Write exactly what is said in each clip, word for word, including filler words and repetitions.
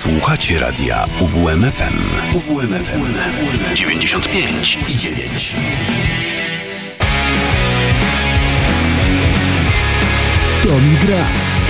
Słuchacie radia U W M F M. U W M F M dziewięćdziesiąt pięć i dziewięć. To mi gra.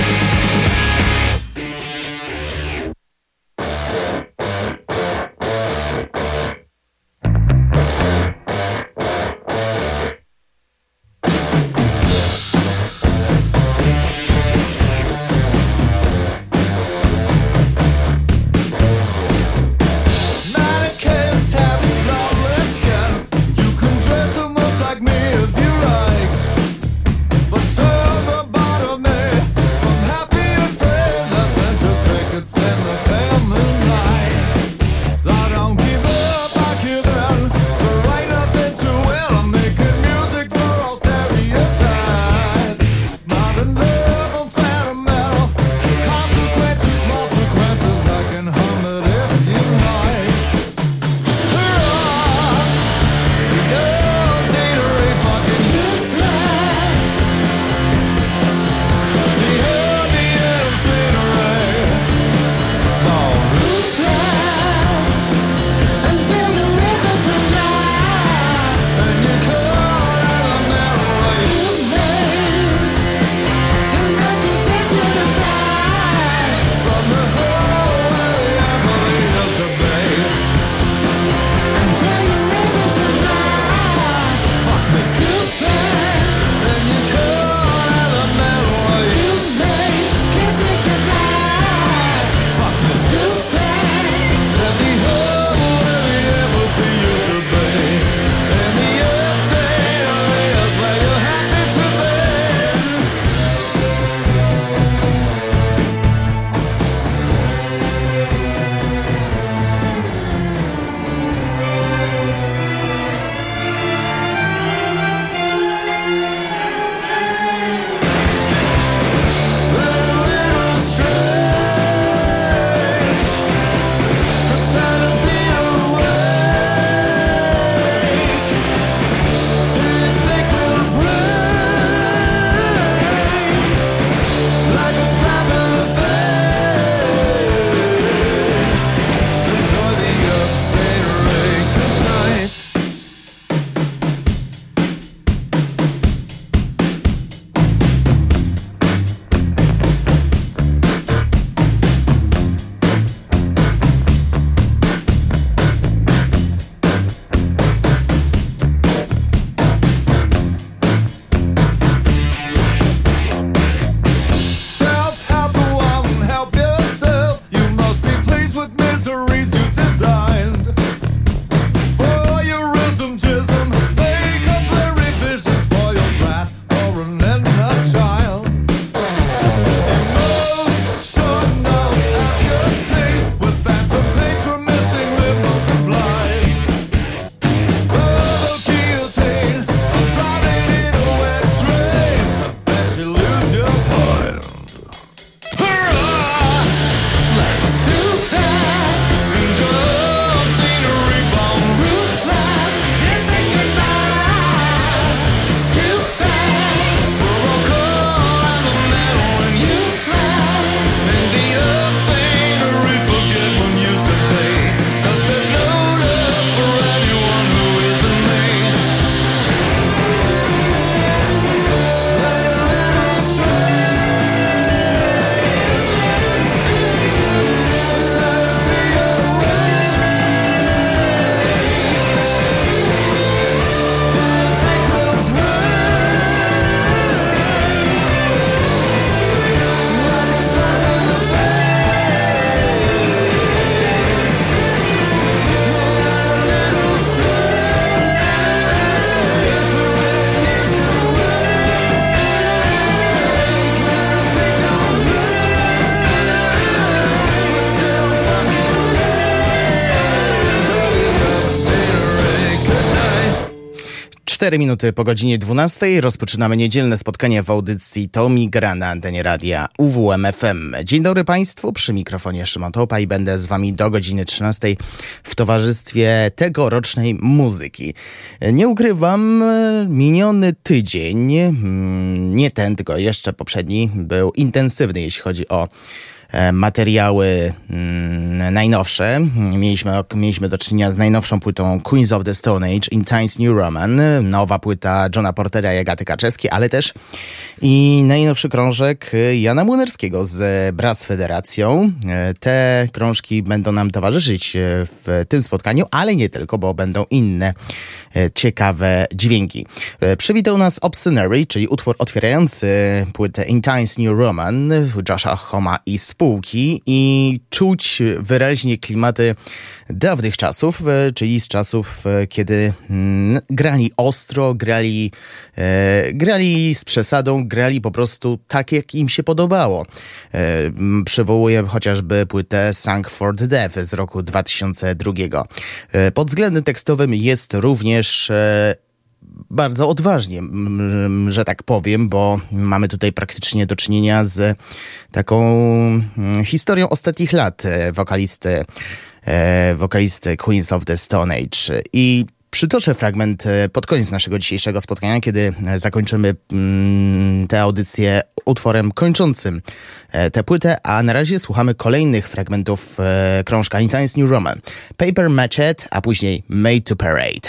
cztery minuty po godzinie dwunastej rozpoczynamy niedzielne spotkanie w audycji To mi gra na antenie radia U W M F M. Dzień dobry Państwu, przy mikrofonie Szymon Topa i będę z Wami do godziny trzynastej w towarzystwie tegorocznej muzyki. Nie ukrywam, miniony tydzień, nie ten, tylko jeszcze poprzedni, był intensywny, jeśli chodzi o materiały mm, najnowsze. Mieliśmy, mieliśmy do czynienia z najnowszą płytą Queens of the Stone Age, In Times New Roman, nowa płyta Johna Portera i Agaty Kaczewskiej, ale też i najnowszy krążek Jana Młynarskiego z Brass Federacją. Te krążki będą nam towarzyszyć w tym spotkaniu, ale nie tylko, bo będą inne ciekawe dźwięki. Przywitał nas Obscenary, czyli utwór otwierający płytę In Times New Roman Josha Homma i spółki, i czuć wyraźnie klimaty dawnych czasów, czyli z czasów, kiedy mm, grali ostro, grali, e, grali z przesadą, grali po prostu tak, jak im się podobało. E, przywołuję chociażby płytę Sung for the Deaf z roku dwa tysiące drugiego. E, pod względem tekstowym jest również e, bardzo odważnie, że tak powiem, bo mamy tutaj praktycznie do czynienia z taką historią ostatnich lat wokalisty, wokalisty Queens of the Stone Age. I przytoczę fragment pod koniec naszego dzisiejszego spotkania, kiedy zakończymy tę audycję utworem kończącym tę płytę, a na razie słuchamy kolejnych fragmentów krążka In Times New Roman. Paper Machete, a później Made to Parade.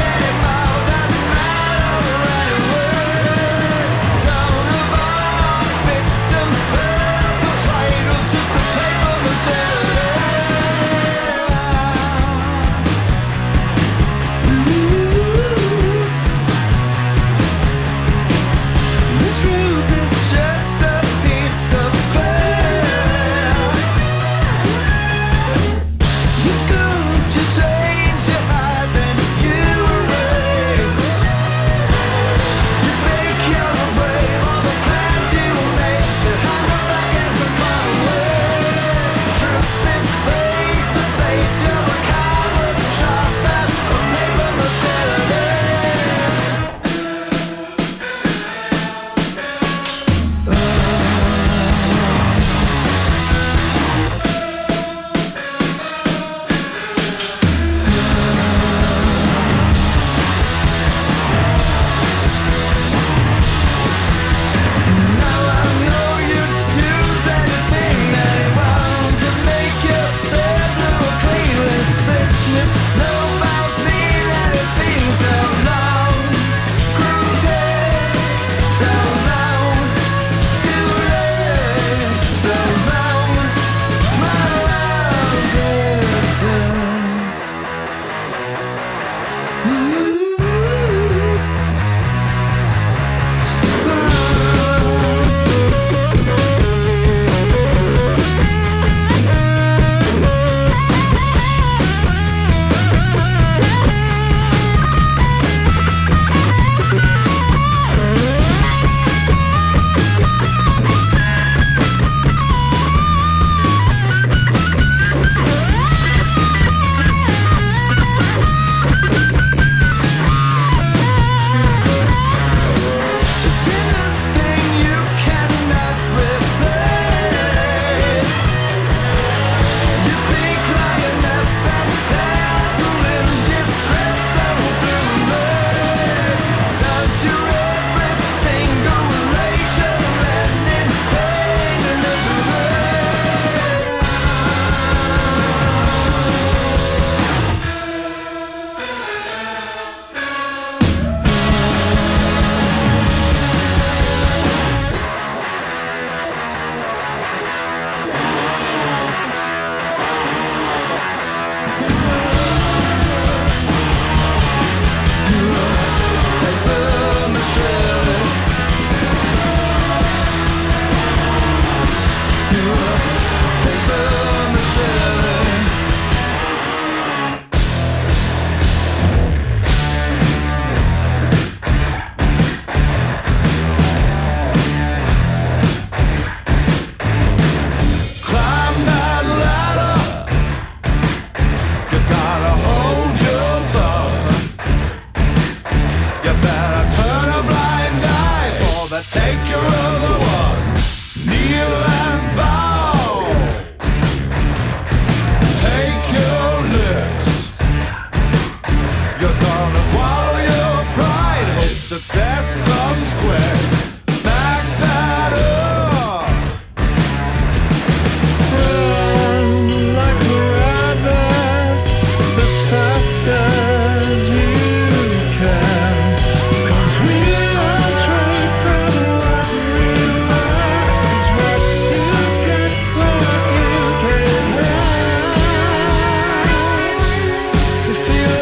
Don't avoid You're gonna swallow your pride if success comes quick. Back that up. Run like a rabbit as fast as you can. 'Cause we are trained from what we are. Is what you get when you get right. You feel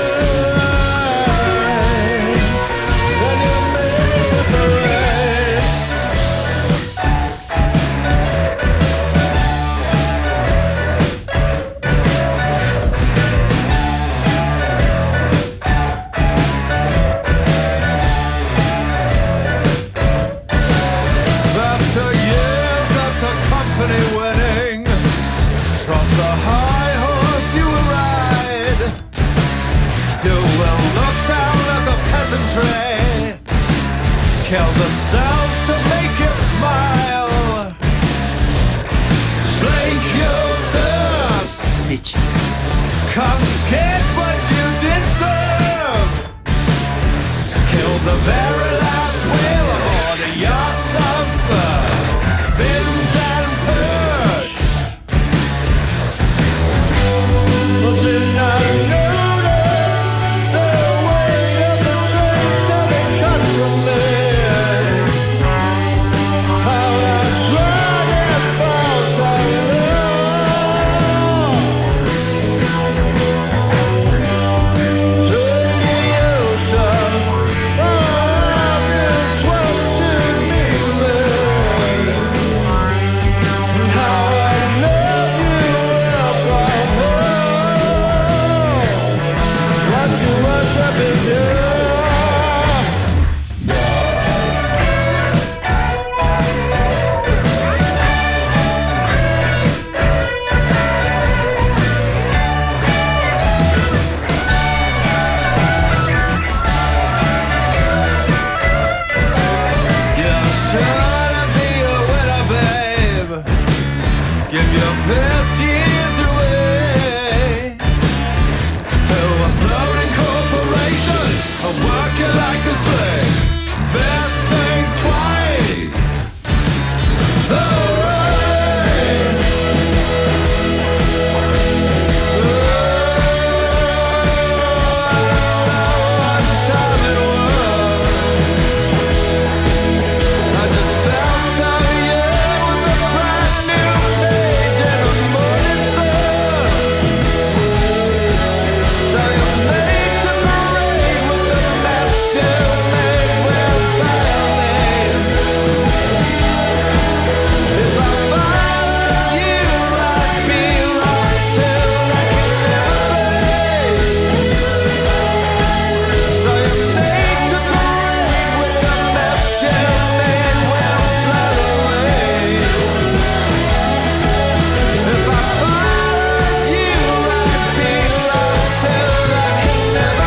right, then you're made to parade. After years of the company winning, from the high horse you will ride. You will look down at the peasantry, kill themselves to make you smile. Slake your thirst, bitch. Come get what you deserve. Kill the very last whale aboard a yacht of fur. Binge and purge. Did not notice the weight of the chains that they cut from me. How I tried and fall so low. Turning the ocean, love is what should be lived. How I love you up on home. What you worship is you. You should be a winner, babe. Give your best years away to a floating corporation and work it like a slave. Best thing twice. Alright. What time it was. I just felt so young with a brand new page in the morning sun. So you're made to parade with the mess you made with violence. If I followed you, I'd be lost till I could never be. So you're made to parade with the mess you made will float away. If I followed you, I'd be lost till I could never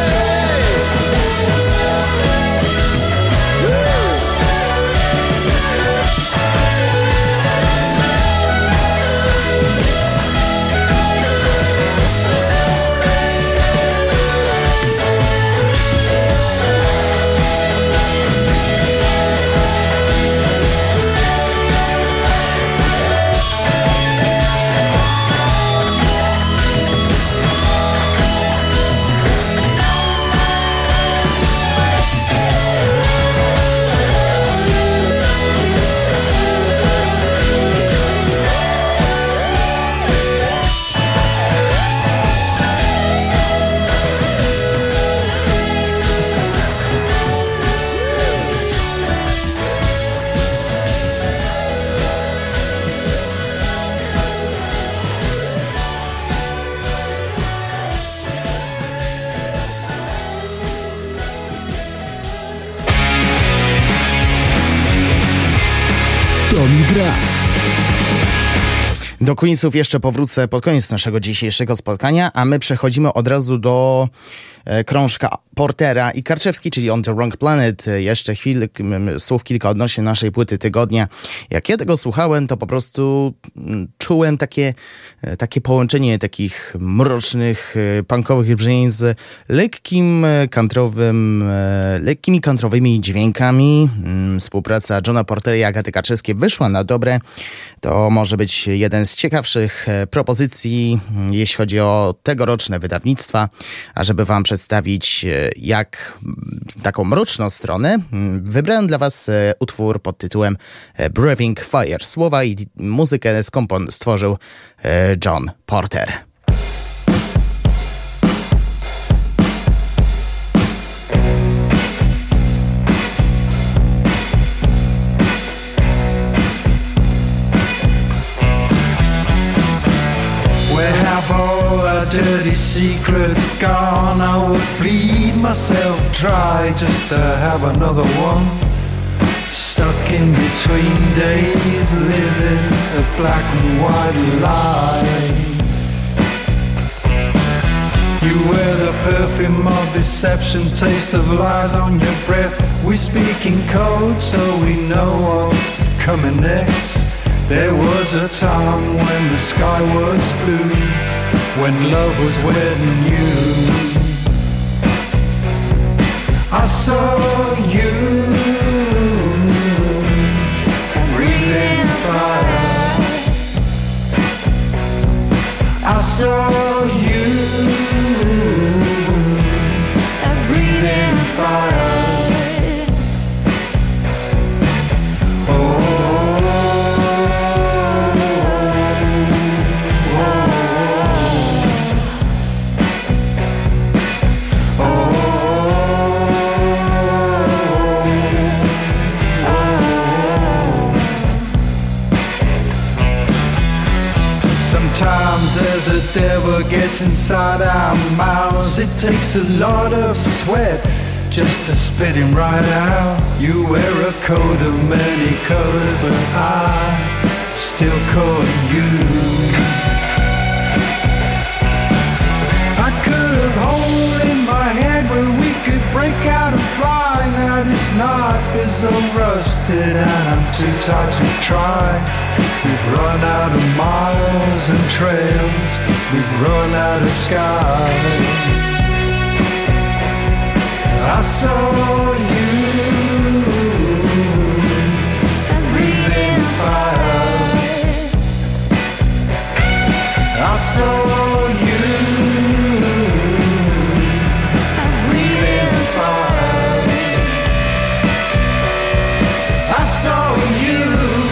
To mi gra. Do Queensów jeszcze powrócę pod koniec naszego dzisiejszego spotkania, a my przechodzimy od razu do krążka Portera i Karczewski, czyli On the Wrong Planet. Jeszcze chwil, słów kilka odnośnie naszej płyty tygodnia. Jak ja tego słuchałem, to po prostu czułem takie, takie połączenie takich mrocznych, punkowych brzmień z lekkim kantrowym, lekkimi kantrowymi dźwiękami. Współpraca Johna Portera i Agaty Karczewskiej wyszła na dobre. To może być jeden z ciekawszych propozycji, jeśli chodzi o tegoroczne wydawnictwa. A żeby wam przedstawić jak taką mroczną stronę, wybrałem dla was utwór pod tytułem Breathing Fire. Słowa i muzykę skompon stworzył John Porter. Dirty secrets gone, I would bleed myself dry just to have another one. Stuck in between days, living a black and white lie. You wear the perfume of deception, taste of lies on your breath. We speak in code so we know what's coming next. There was a time when the sky was blue, when love was wedding you. I saw you breathing fire. I saw you breathing fire. Sometimes as a devil gets inside our mouths, it takes a lot of sweat just to spit him right out. You wear a coat of many colors, but I still call you. I could have hole in my head where we could break out and fly. Now this knife is so rusted and I'm too tired to try. We've run out of miles and trails, we've run out of sky. I saw you breathing fire. I saw you breathing fire. I saw you.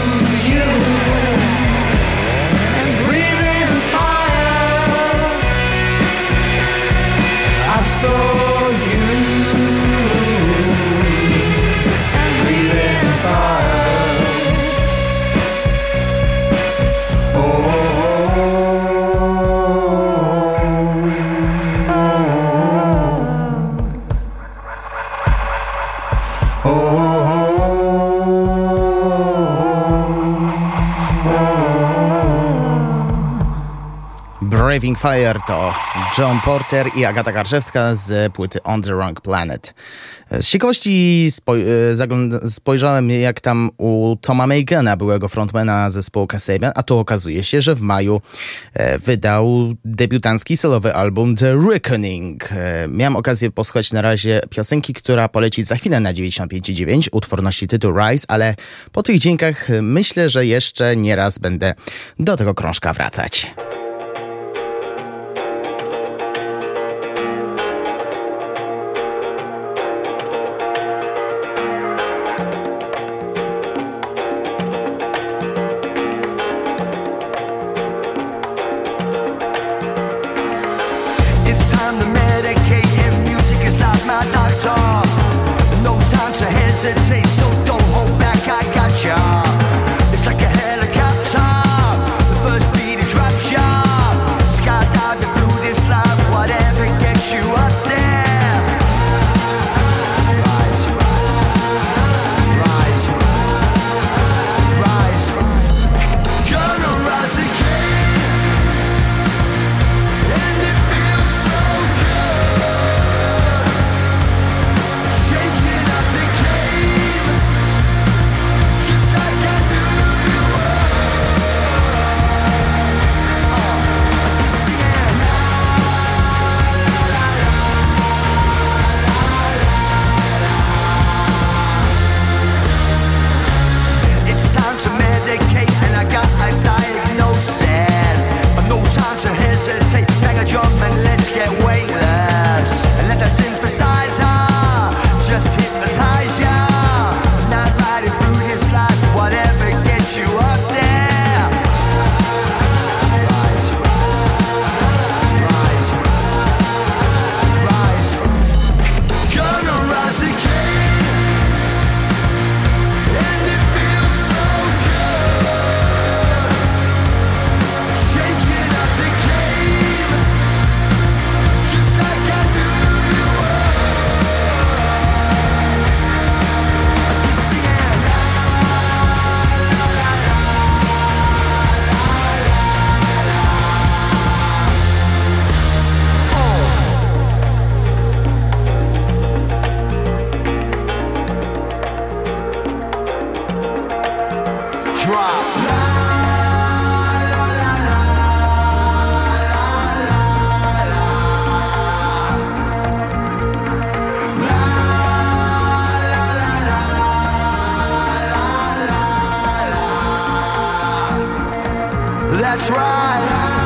I saw you breathing fire. Oh, oh, oh. Breathing Fire to John Porter i Agata Karczewska z płyty On the Wrong Planet. Z ciekawości spoj- zagląd- spojrzałem, jak tam u Toma Meigana, byłego frontmana zespołu Kasabian, a tu okazuje się, że w maju e, wydał debiutancki solowy album The Reckoning. E, miałem okazję posłuchać na razie piosenki, która poleci za chwilę na dziewięćdziesiąt pięć i dziewięć. Utwór nosi tytuł Rise, ale po tych dźwiękach myślę, że jeszcze nieraz będę do tego krążka wracać. Hesitate, so don't hold back, I got ya. It's like a helicopter, the first beat is rapture. Skydiving through this life, whatever gets you up there. Rise, rise, rise. Gonna rise again, and it feels so good. what's right.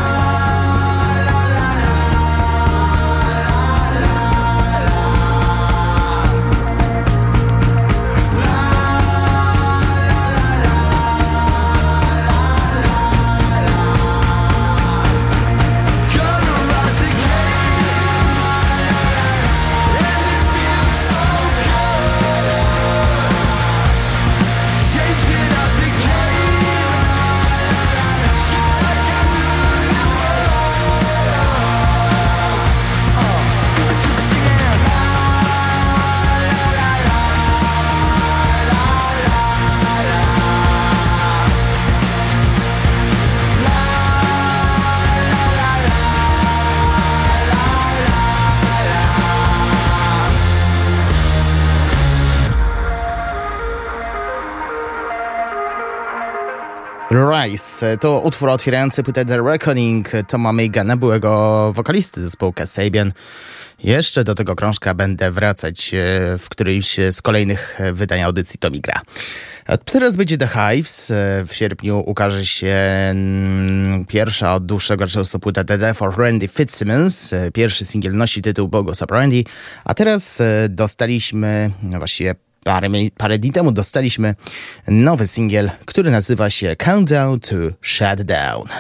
Rise to utwór otwierający płytę The Reckoning Toma Megana, byłego wokalisty zespołu Kasabian. Jeszcze do tego krążka będę wracać w którymś z kolejnych wydań audycji Tomi Gra. A teraz będzie The Hives. W sierpniu ukaże się pierwsza od dłuższego czasu płyta The Death of Randy Fitzsimmons. Pierwszy singiel nosi tytuł Bogos of Randy. A teraz dostaliśmy, no właściwie Parę, parę dni temu dostaliśmy nowy singiel, który nazywa się Countdown to Shutdown.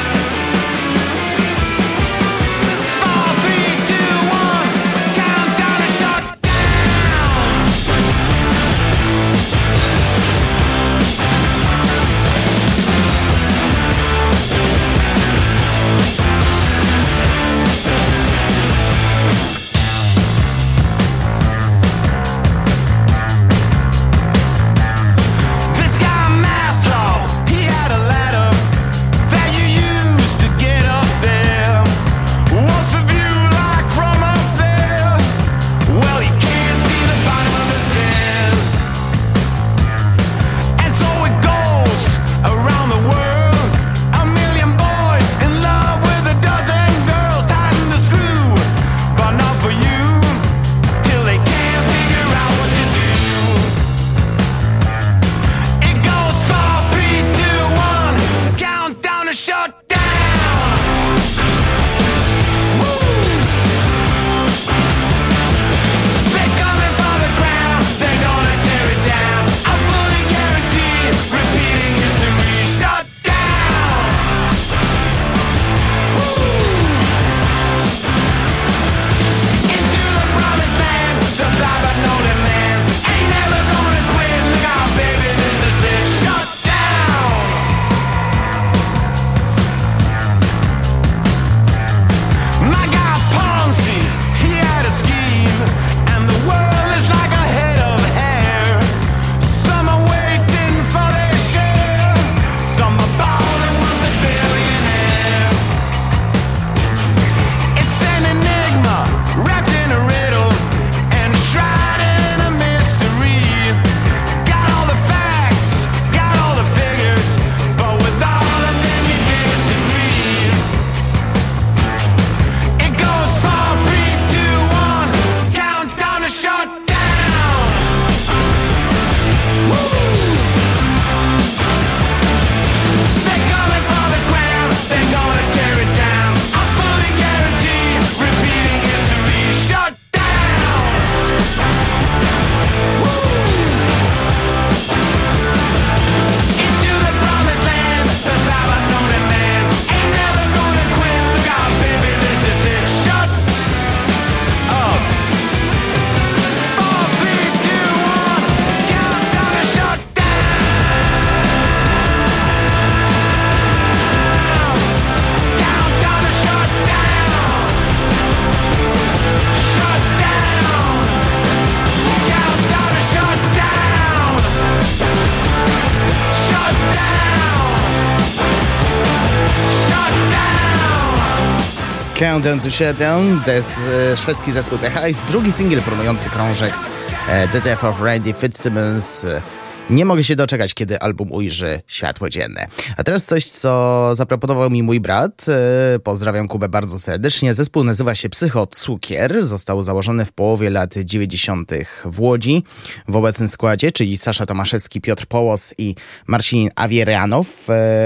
Countdown to Shutdown, to jest e, szwedzki zespół The Hives, drugi singiel promujący krążek e, The Death of Randy Fitzsimmons. Nie mogę się doczekać, kiedy album ujrzy światło dzienne. A teraz coś, co zaproponował mi mój brat. E, pozdrawiam Kubę bardzo serdecznie. Zespół nazywa się Psycho Cukier. Został założony w połowie lat dziewięćdziesiątych w Łodzi. W obecnym składzie, czyli Sasza Tomaszewski, Piotr Połos i Marcin Awieranow. E,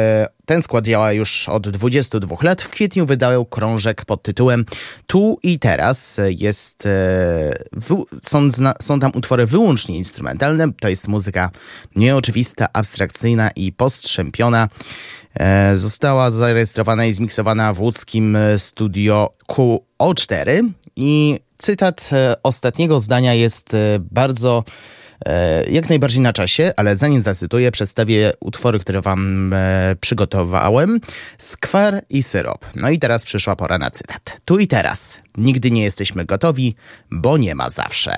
Ten skład działa już od dwudziestu dwóch lat. W kwietniu wydał krążek pod tytułem Tu i Teraz. Jest, w, są, zna, są tam utwory wyłącznie instrumentalne. To jest muzyka nieoczywista, abstrakcyjna i postrzępiona. Została zarejestrowana i zmiksowana w łódzkim studio Q O cztery i cytat ostatniego zdania jest bardzo, jak najbardziej na czasie, ale zanim zacytuję, przedstawię utwory, które wam przygotowałem. Skwar i syrop. No i teraz przyszła pora na cytat. Tu i teraz. Nigdy nie jesteśmy gotowi, bo nie ma zawsze.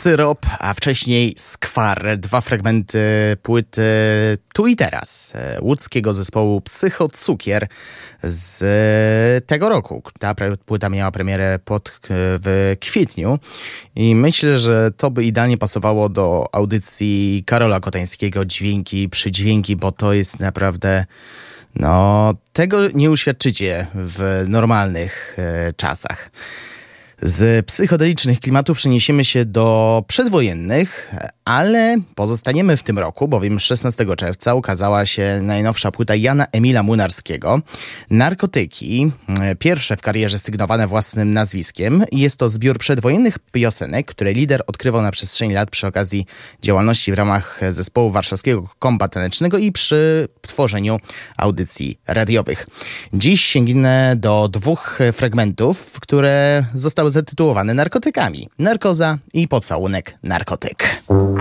Syrop, a wcześniej Skwar. Dwa fragmenty płyty Tu i Teraz łódzkiego zespołu Psychocukier z tego roku. Ta płyta miała premierę pod, w kwietniu i myślę, że to by idealnie pasowało do audycji Karola Kotańskiego Dźwięki, Przydźwięki, bo to jest naprawdę... No, tego nie uświadczycie w normalnych e, czasach. Z psychodelicznych klimatów przeniesiemy się do przedwojennych, ale pozostaniemy w tym roku, bowiem szesnastego czerwca ukazała się najnowsza płyta Jana Emila Młynarskiego. Narkotyki, pierwsze w karierze sygnowane własnym nazwiskiem. Jest to zbiór przedwojennych piosenek, które lider odkrywał na przestrzeni lat przy okazji działalności w ramach zespołu warszawskiego Kompa Tanecznego i przy tworzeniu audycji radiowych. Dziś sięgnę do dwóch fragmentów, które zostały zatytułowane narkotykami. Narkoza i pocałunek narkotyk.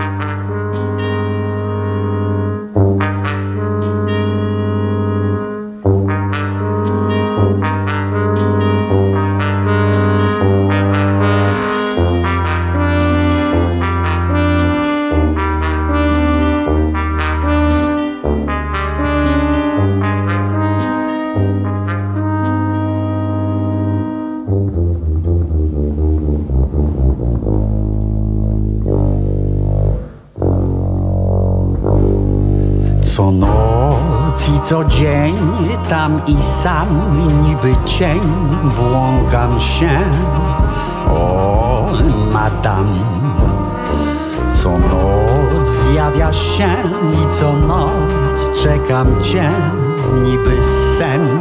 Co noc i co dzień, tam i sam niby cień błąkam się, o madam. Co noc zjawiasz się i co noc czekam cię, niby sen,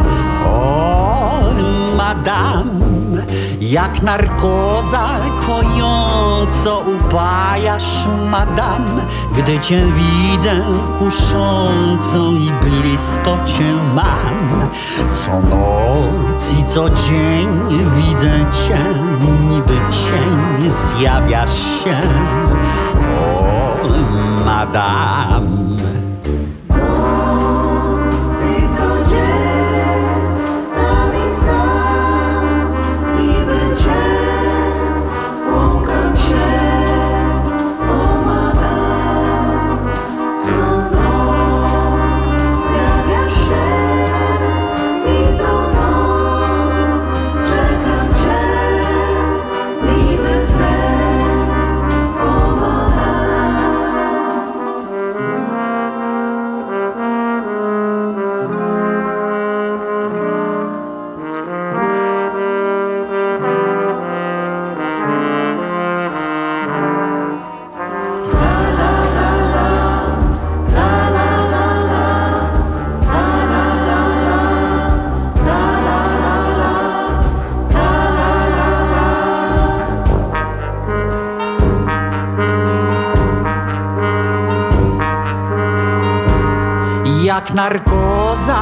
o madam. Jak narkoza kojąco upajasz, madam, gdy cię widzę kuszącą i blisko cię mam. Co noc i co dzień widzę cię, niby cień zjawiasz się, o madam. Jak narkoza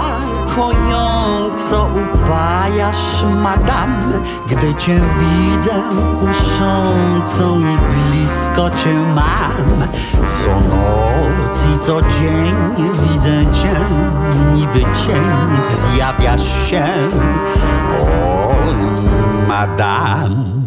kojąco upajasz, madam, gdy cię widzę kuszącą i blisko cię mam. Co noc i co dzień widzę cię, niby cień zjawiasz się, o madam.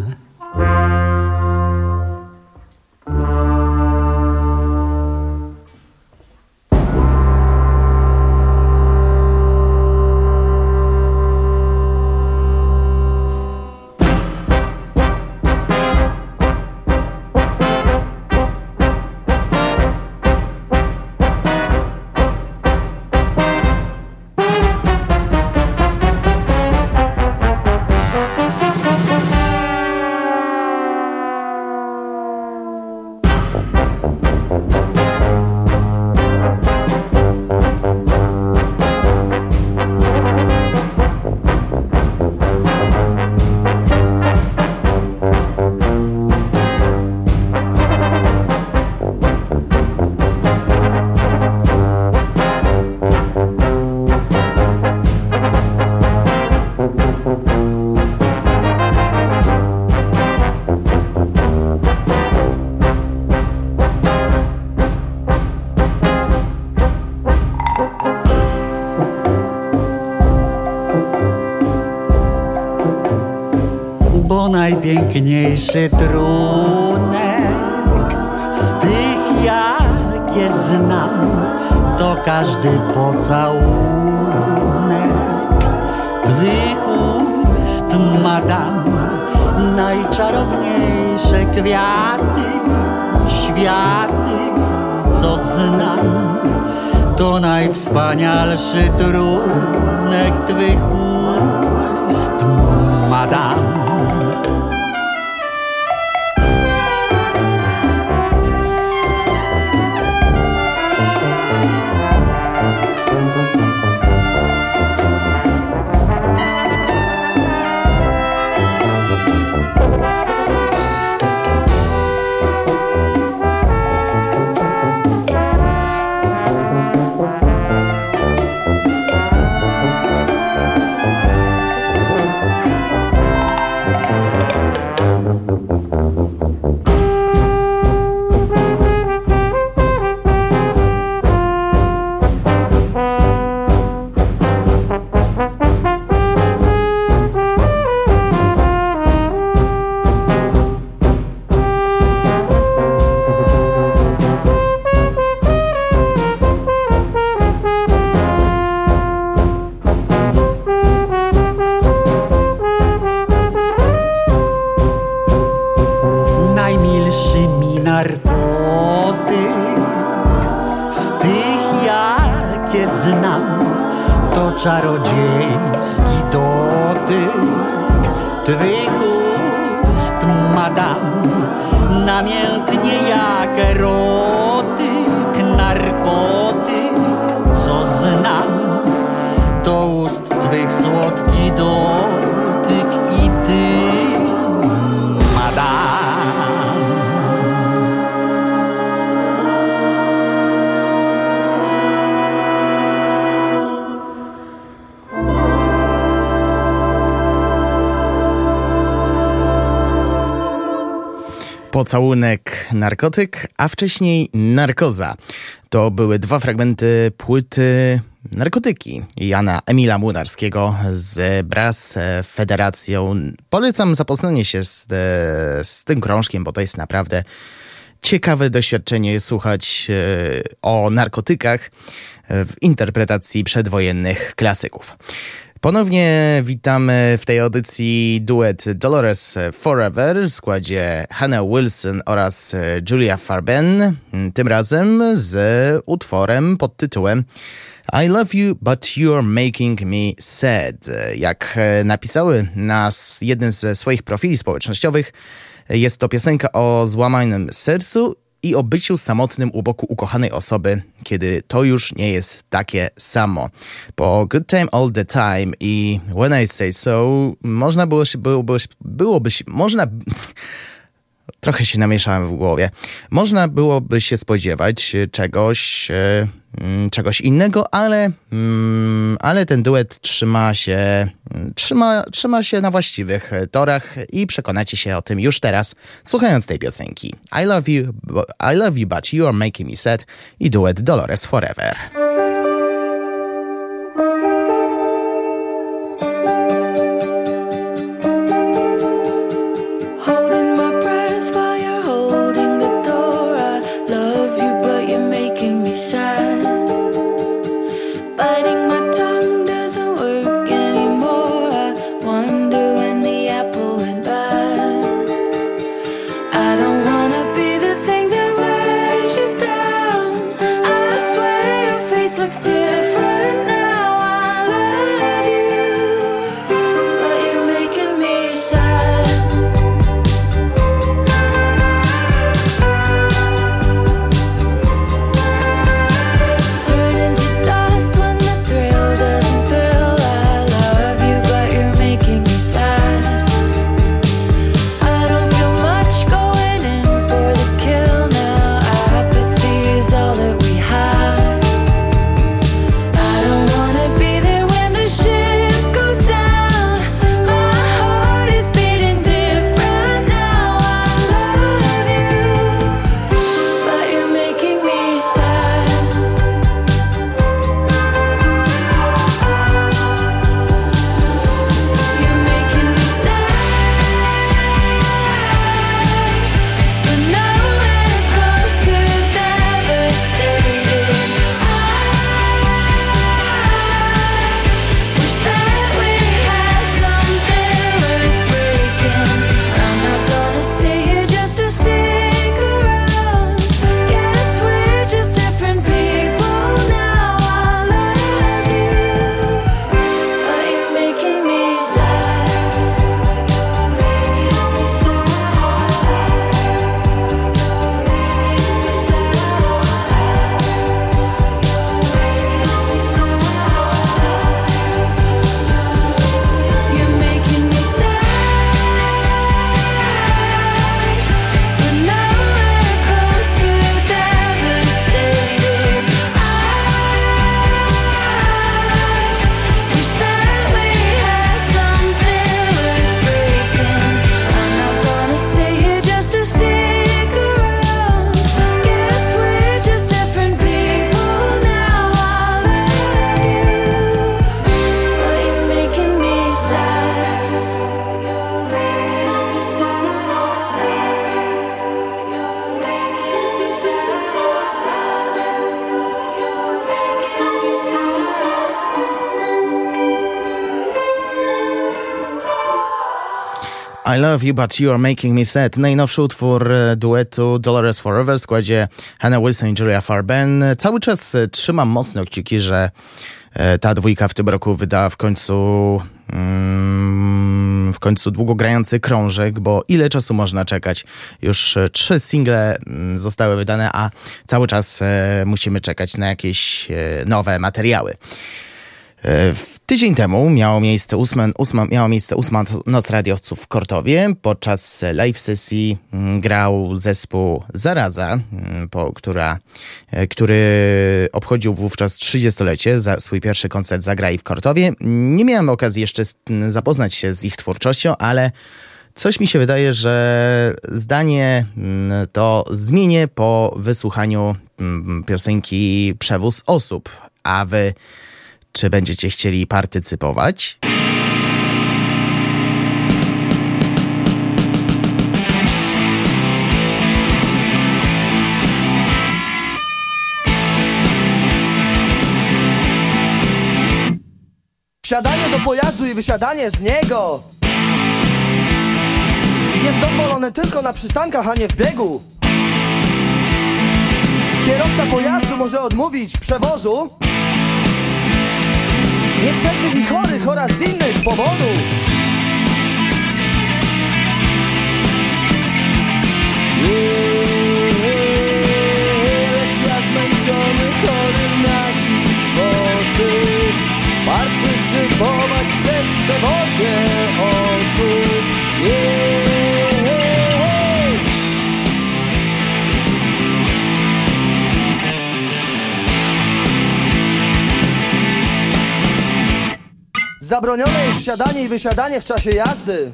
Najpiękniejszy trunek jakie znam, to każdy pocałunek twych ust, madam. Najczarowniejsze kwiaty, światy, co znam, to najwspanialszy trunek twych ust, madam. Czarodziejski dotyk twych ust, madam, namiętnie jak erotyk, narkotyk, co znam, to ust twych słodki dotyk i ty, madam. Pocałunek, narkotyk, a wcześniej narkoza. To były dwa fragmenty płyty Narkotyki Jana Emila Młynarskiego z Brass Federacją. Polecam zapoznanie się z, z tym krążkiem, bo to jest naprawdę ciekawe doświadczenie słuchać o narkotykach w interpretacji przedwojennych klasyków. Ponownie witamy w tej audycji duet Dolores Forever w składzie Hannah Wilson oraz Julia Farben, tym razem z utworem pod tytułem I love you, but you're making me sad. Jak napisały na jednym ze swoich profili społecznościowych, jest to piosenka o złamanym sercu i o byciu samotnym u boku ukochanej osoby, kiedy to już nie jest takie samo. Po Good Time All The Time i When I Say So można było się, byłoby, byłoby się, można... Trochę się namieszałem w głowie. Można byłoby się spodziewać czegoś, czegoś innego, ale, ale ten duet trzyma się, trzyma, trzyma się na właściwych torach i przekonacie się o tym już teraz, słuchając tej piosenki. I love you, I love you, but you are making me sad i duet Dolores Forever. Face I Love You But You Are Making Me Sad. Najnowszy utwór duetu Dolores Forever w składzie Hannah Wilson i Julia Farben. Cały czas trzymam mocno kciuki, że ta dwójka w tym roku wyda w końcu mm, w końcu długo grający krążek, bo ile czasu można czekać? Już trzy single zostały wydane, a cały czas musimy czekać na jakieś nowe materiały. W tydzień temu miało miejsce ósma, ósma, miała miejsce ósma Noc Radiowców w Kortowie. Podczas live sesji grał zespół Zaraza, po, która, który obchodził wówczas trzydziestolecie. Za swój pierwszy koncert zagrali w Kortowie. Nie miałem okazji jeszcze zapoznać się z ich twórczością, ale coś mi się wydaje, że zdanie to zmienię po wysłuchaniu piosenki Przewóz osób. A wy czy będziecie chcieli partycypować? Wsiadanie do pojazdu i wysiadanie z niego jest dozwolone tylko na przystankach, a nie w biegu. Kierowca pojazdu może odmówić przewozu nietrzeźwych i chorych oraz z innych powodów. Lecz ja zmęczony, chory, nagi, bosy, partycypować chcę w przewozie osób. Yeah. Zabronione jest wsiadanie i wysiadanie w czasie jazdy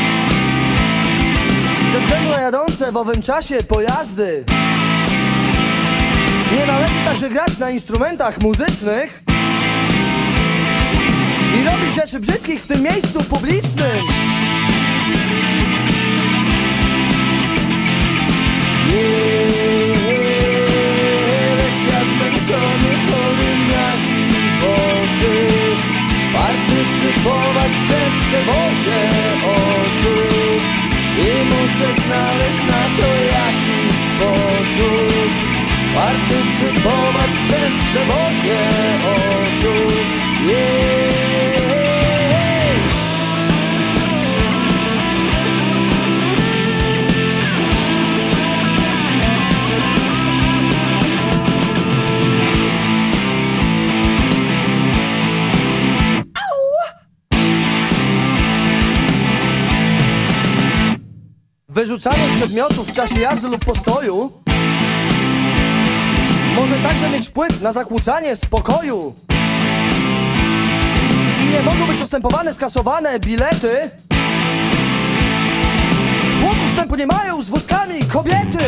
ze względu na jadące w owym czasie pojazdy. Nie należy także grać na instrumentach muzycznych i robić rzeczy brzydkich w tym miejscu publicznym. Lecz ja zmęczony, chory, nagi, bosy, partycypować chcę w przewozie osób i muszę znaleźć na to jakiś sposób. Partycypować chcę w przewozie osób. Yeah. Wyrzucanie przedmiotów w czasie jazdy lub postoju może także mieć wpływ na zakłócanie spokoju. I nie mogą być ustępowane skasowane bilety. W tłoku wstępu nie mają z wózkami kobiety.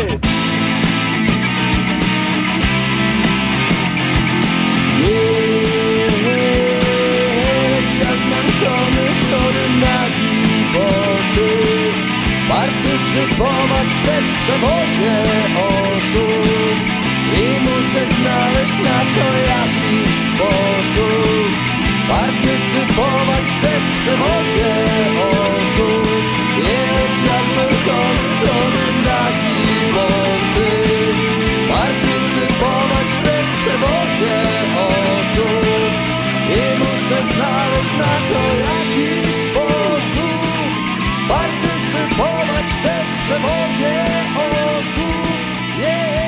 Lecz ja zmęczony, chory, nagi, bosy, partycypować chcę w przewozie osób i muszę znaleźć na to jakiś sposób. Partycypować chcę w przewozie osób. Lecz ja zmęczony, chory, nagi, bosy, partycypować chcę w przewozie osób i muszę znaleźć na to jakiś sposób. Partycypować chcę w przewozie osób. Yeah.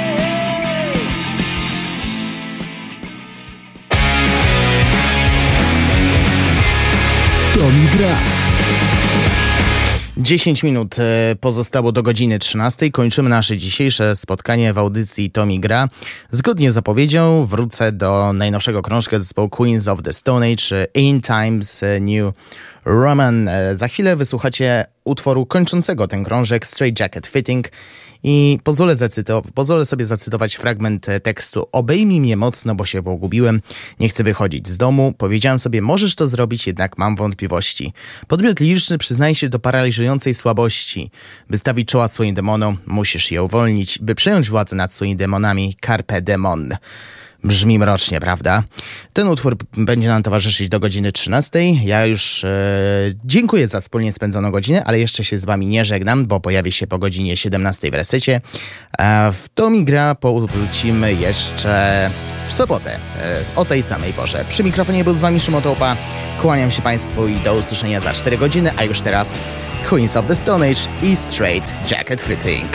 Tomi gra. dziesięć minut pozostało do godziny trzynastej. Kończymy nasze dzisiejsze spotkanie w audycji Tomi gra. Zgodnie z zapowiedzią wrócę do najnowszego krążka zespołu Queens of the Stone Age, In Times New Roman. Za chwilę wysłuchacie utworu kończącego ten krążek, Straight Jacket Fitting, i pozwolę, zacytow- pozwolę sobie zacytować fragment tekstu. Obejmij mnie mocno, bo się pogubiłem. Nie chcę wychodzić z domu. Powiedziałem sobie, możesz to zrobić, jednak mam wątpliwości. Podmiot liryczny przyznaje się do paraliżującej słabości. By stawić czoła swoim demonom, musisz je uwolnić. By przejąć władzę nad swoimi demonami, carpe demon. Brzmi mrocznie, prawda? Ten utwór będzie nam towarzyszyć do godziny trzynastej. Ja już e, dziękuję za wspólnie spędzoną godzinę, ale jeszcze się z wami nie żegnam, bo pojawi się po godzinie siedemnastej w resecie. A w To Mi Gra powrócimy jeszcze w sobotę e, o tej samej porze. Przy mikrofonie był z wami Szymon Tołpa. Kłaniam się Państwu i do usłyszenia za cztery godziny, a już teraz Queens of the Stone Age i Straight Jacket Fitting.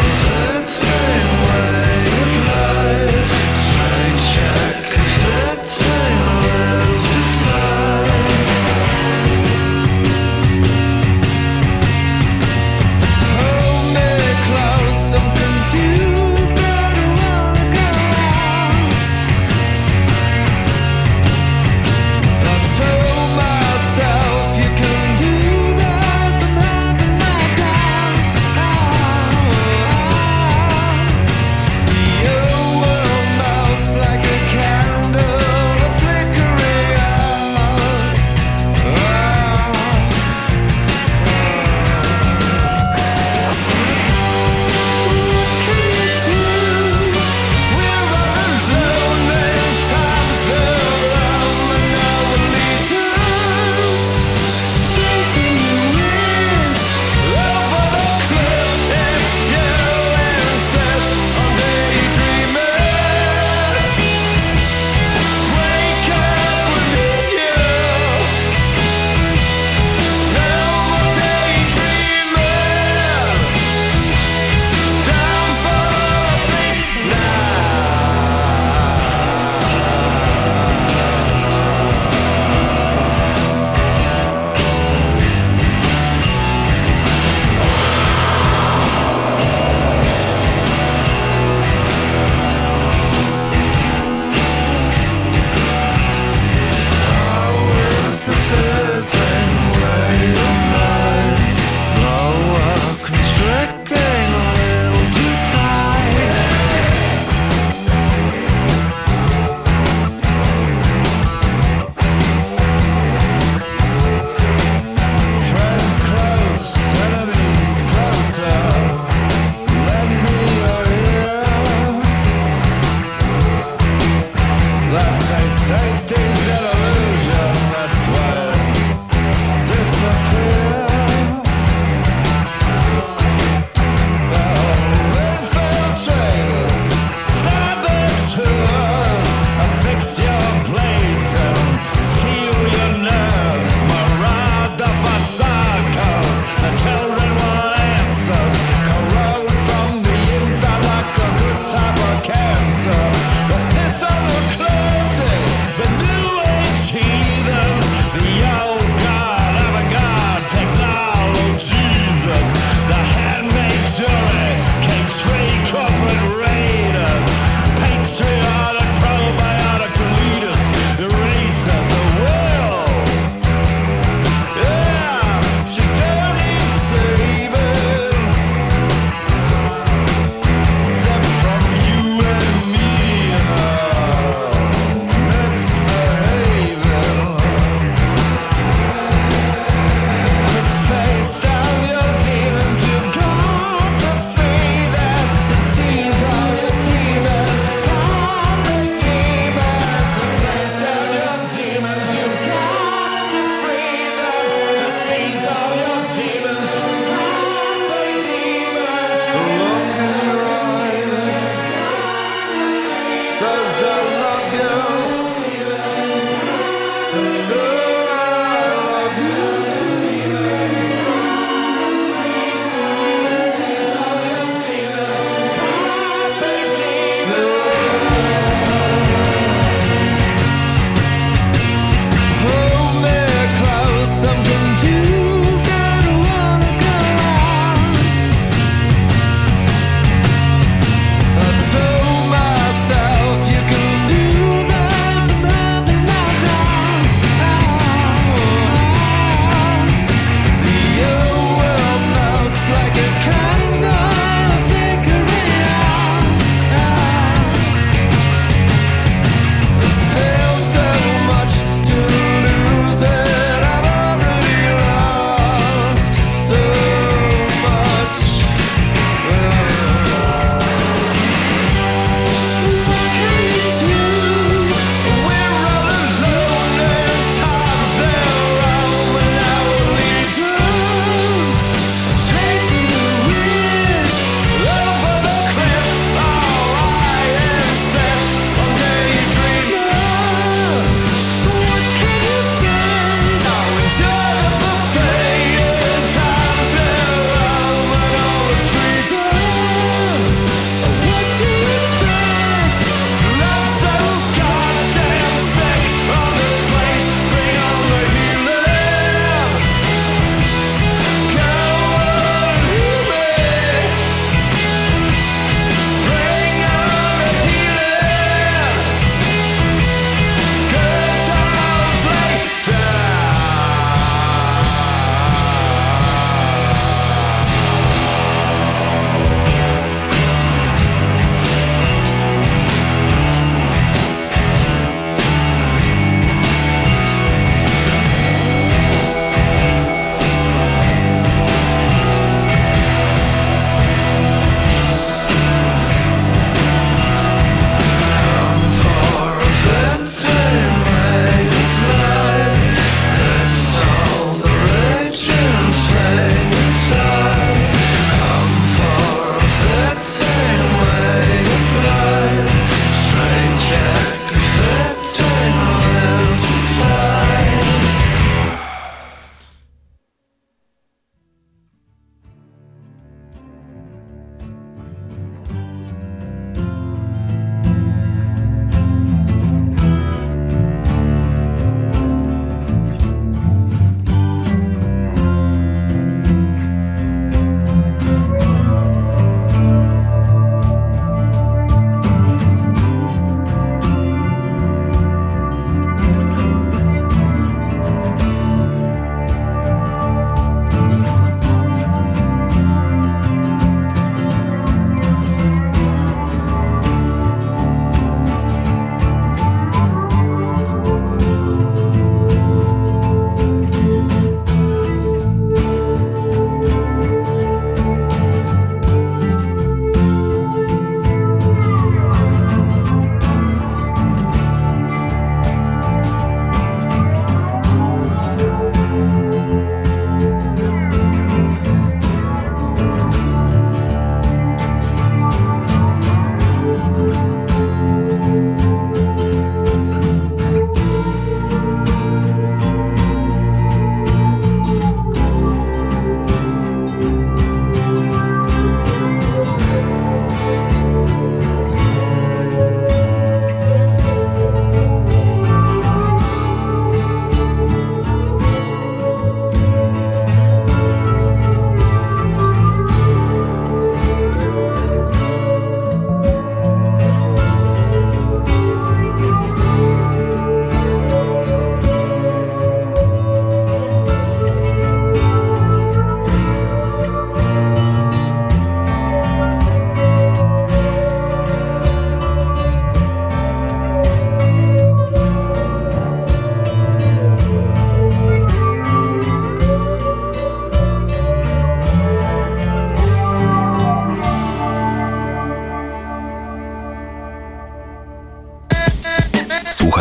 Straight jacket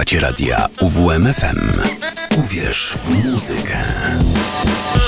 Słuchacie radia U W M F M. Uwierz w muzykę.